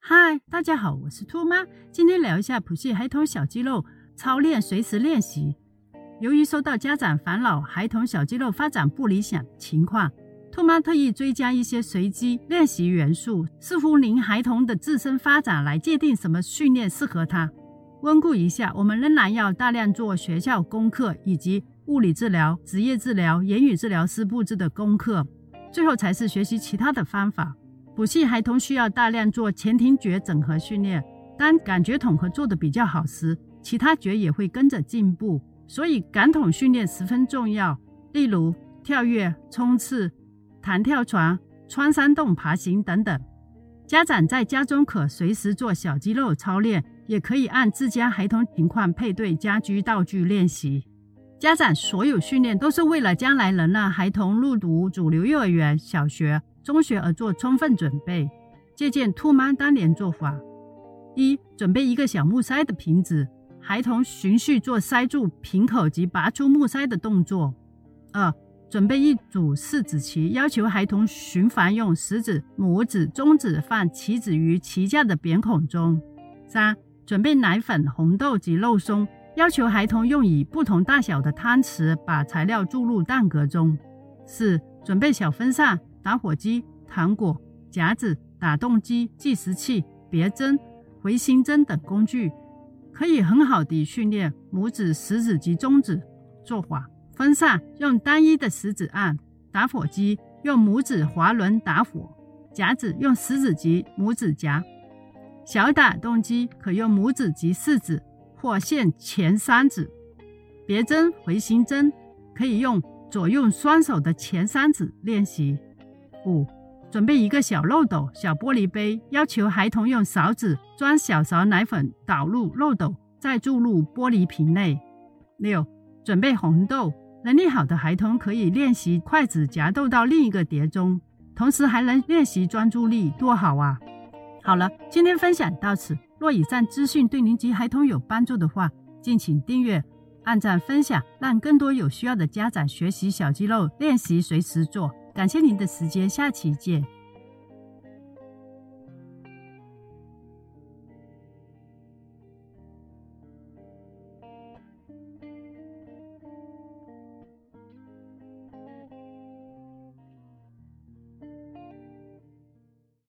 嗨，大家好，我是兔妈。今天聊一下谱系孩童小肌肉操练随时练习。由于收到家长烦恼孩童小肌肉发展不理想情况，兔妈特意追加一些随机练习元素，视乎您孩童的自身发展来界定什么训练适合他。温故一下，我们仍然要大量做学校功课以及物理治疗、职业治疗、言语治疗师布置的功课，最后才是学习其他的方法。谱系孩童需要大量做前庭觉整合训练，当感觉统合做得比较好时，其他觉也会跟着进步，所以感统训练十分重要。例如跳跃、冲刺、弹跳床、穿山洞爬行等等。家长在家中可随时做小肌肉操练，也可以按自家孩童情况配对家居道具练习。家长所有训练都是为了将来能让孩童入读主流幼儿园、小学、中学而做充分准备。借鉴兔妈当年做法：一、准备一个小木塞的瓶子，孩童循序做塞住瓶口及拔出木塞的动作。二、准备一组四子棋，要求孩童循环用食指、拇指、中指放棋子于棋架的扁孔中。三、准备奶粉、红豆及肉松，要求孩童用以不同大小的汤匙把材料注入蛋格中。四、准备小风扇、打火机、糖果、夹子、打洞机、计时器、别针、回形针等工具，可以很好地训练拇指、食指及中指做法。风扇用单一的食指按，打火机用拇指滑轮打火，夹子用食指及拇指夹，小打洞机可用拇指及四指或限前三指，别针、回形针可以用左右双手的前三指练习。五、准备一个小漏斗、小玻璃杯，要求孩童用勺子装小勺奶粉倒入漏斗，再注入玻璃瓶内。六、准备红豆，能力好的孩童可以练习筷子夹豆到另一个碟中，同时还能练习专注力，多好啊！好了，今天分享到此。若以上资讯对您及孩童有帮助的话，敬请订阅、按赞、分享，让更多有需要的家长学习小肌肉练习随时做。感谢您的时间，下期见。